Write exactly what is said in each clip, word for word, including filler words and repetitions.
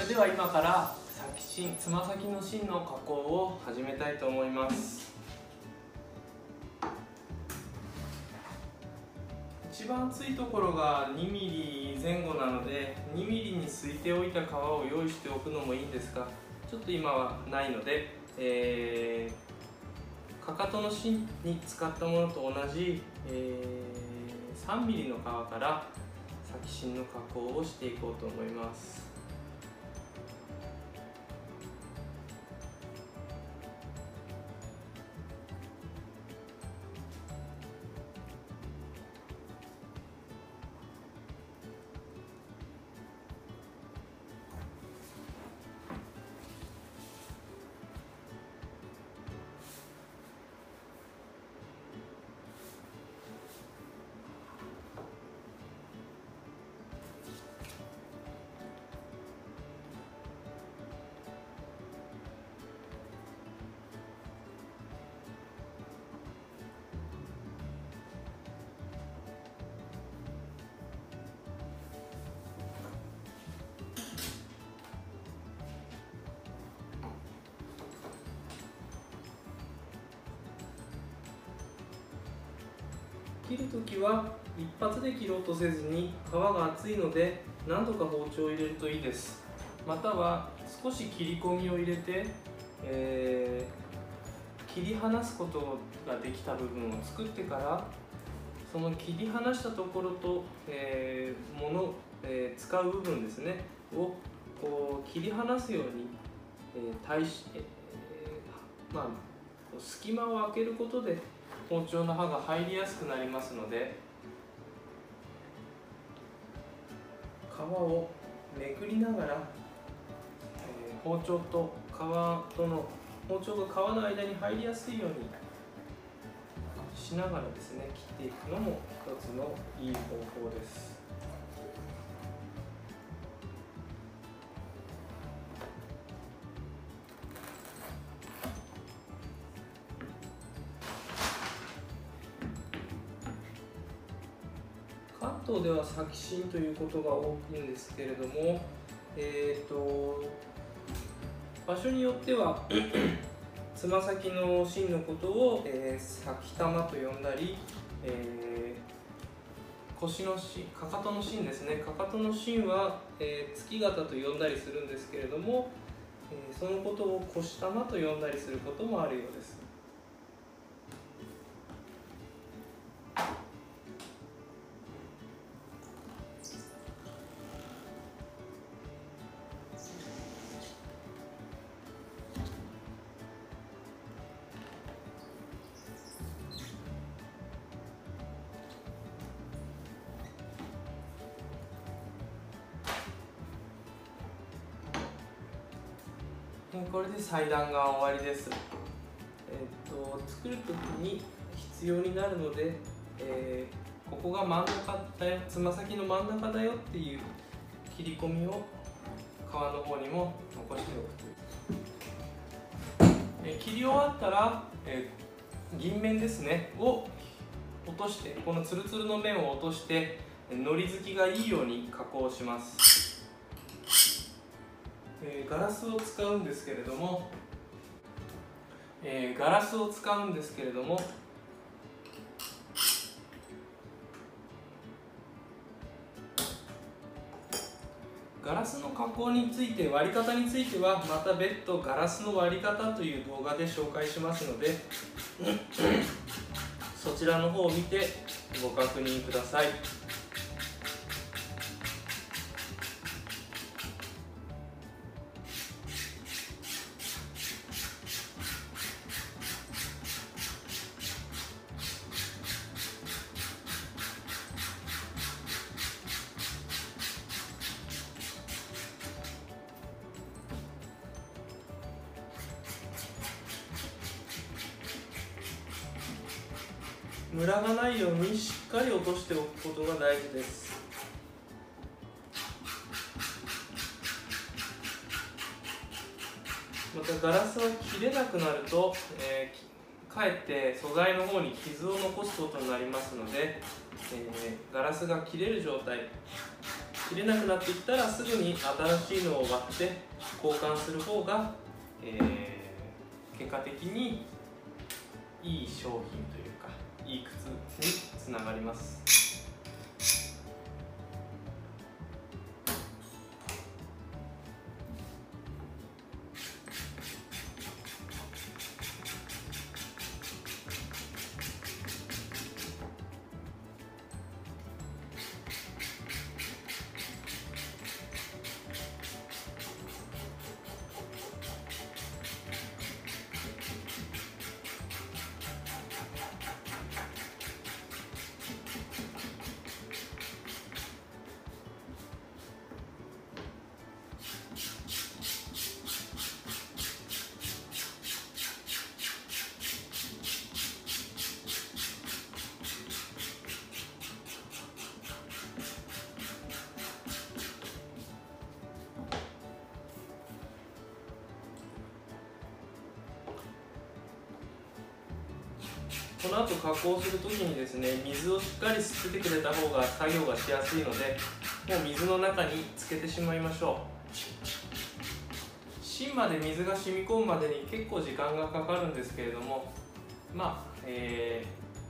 れでは今から先芯つま先の芯の加工を始めたいと思います。一番厚いところがにミリぜん後なのでにミリにすいておいた皮を用意しておくのもいいんですが、ちょっと今はないので、えー、かかとの芯に使ったものと同じ、えー、さんミリの皮から先芯の加工をしていこうと思います。切るときは一発で切ろうとせずに皮が厚いので何度か包丁を入れるといいです。または少し切り込みを入れて、えー、切り離すことができた部分を作ってからその切り離したところと、えー、もの、えー、使う部分ですねをこう切り離すように、えー対しえーまあ、隙間を空けることで包丁の刃が入りやすくなりますので、皮をめくりながら、えー、包丁と皮との包丁が皮の間に入りやすいようにしながらですね切っていくのも一つのいい方法です。関東では先芯ということが多いんですけれども、えーと場所によってはつま先の芯のことを、えー、先玉と呼んだり、えー、腰の芯、かかとの芯ですね、かかとの芯は、えー、月形と呼んだりするんですけれども、えー、そのことを腰玉と呼んだりすることもあるようです。これで裁断が終わりです。えー、と作る時に必要になるので、えー、ここが真ん中だよ、つま先の真ん中だよっていう切り込みを皮の方にも残しておくという、えー、切り終わったら、えー、銀面ですねを落として、このツルツルの面を落としてのり付きがいいように加工します。えー、ガラスを使うんですけれども、えー、ガラスを使うんですけれどもガラスの加工について、割り方についてはまた別途ガラスの割り方という動画で紹介しますのでそちらの方を見てご確認ください。ムラがないようにしっかり落としておくことが大事です。またガラスが切れなくなると、えー、かえって素材の方に傷を残すことになりますので、えー、ガラスが切れる状態切れなくなってきたらすぐに新しいのを割って交換する方が、えー、結果的にいい商品というかいい靴につながります。この後加工するときにですね、水をしっかり吸っててくれた方が作業がしやすいので、もう水の中につけてしまいましょう。芯まで水が染み込むまでに結構時間がかかるんですけれども、まあ、え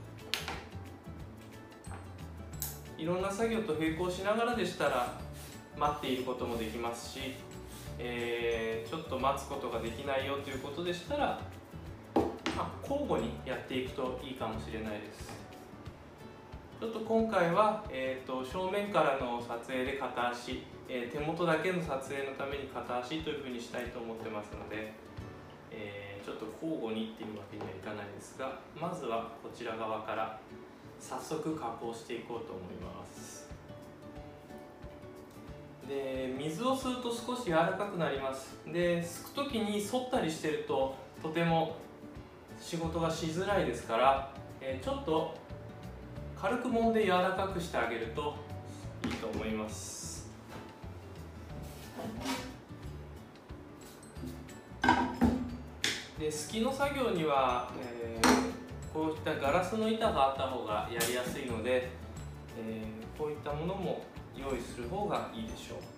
ー、いろんな作業と並行しながらでしたら待っていることもできますし、えー、ちょっと待つことができないよということでしたら、まあ、交互にやっていくといいかもしれないです。ちょっと今回は、えーと、正面からの撮影で片足、えー、手元だけの撮影のために片足というふうにしたいと思ってますので、えー、ちょっと交互にっていうわけにはいかないですが、まずはこちら側から早速加工していこうと思います。で、水を吸うと少し柔らかくなります。で、吸く時に反ったりしてるととても仕事がしづらいですから、えー、ちょっと軽く揉んで柔らかくしてあげるといいと思います。で、すきの作業には、えー、こういったガラスの板があった方がやりやすいので、えー、こういったものも用意する方がいいでしょう。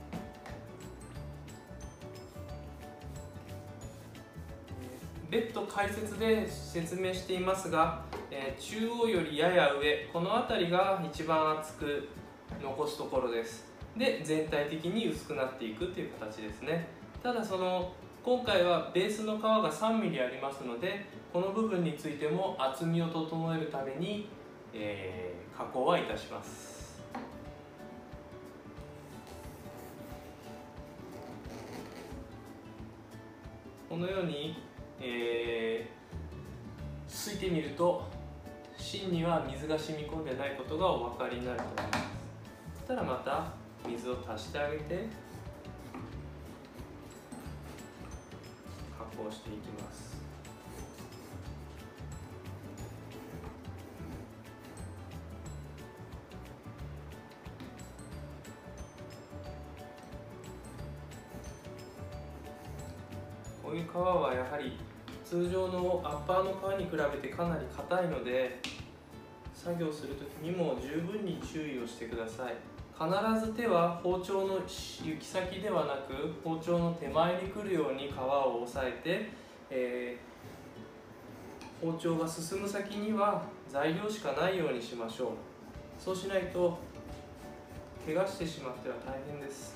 別途解説で説明していますが、えー、中央よりやや上、この辺りが一番厚く残すところです。で、全体的に薄くなっていくという形ですね。ただその今回はベースの皮がさんミリありますので、この部分についても厚みを整えるために、えー、加工はいたします。このようにえー、すいてみると芯には水が染み込んでないことがお分かりになると思います。そしたらまた水を足してあげて加工していきます。こういう皮はやはり通常のアッパーの皮に比べてかなり硬いので、作業するときにも十分に注意をしてください。必ず手は包丁の行き先ではなく包丁の手前に来るように皮を押さえて、えー、包丁が進む先には材料しかないようにしましょう。そうしないと怪我してしまっては大変です。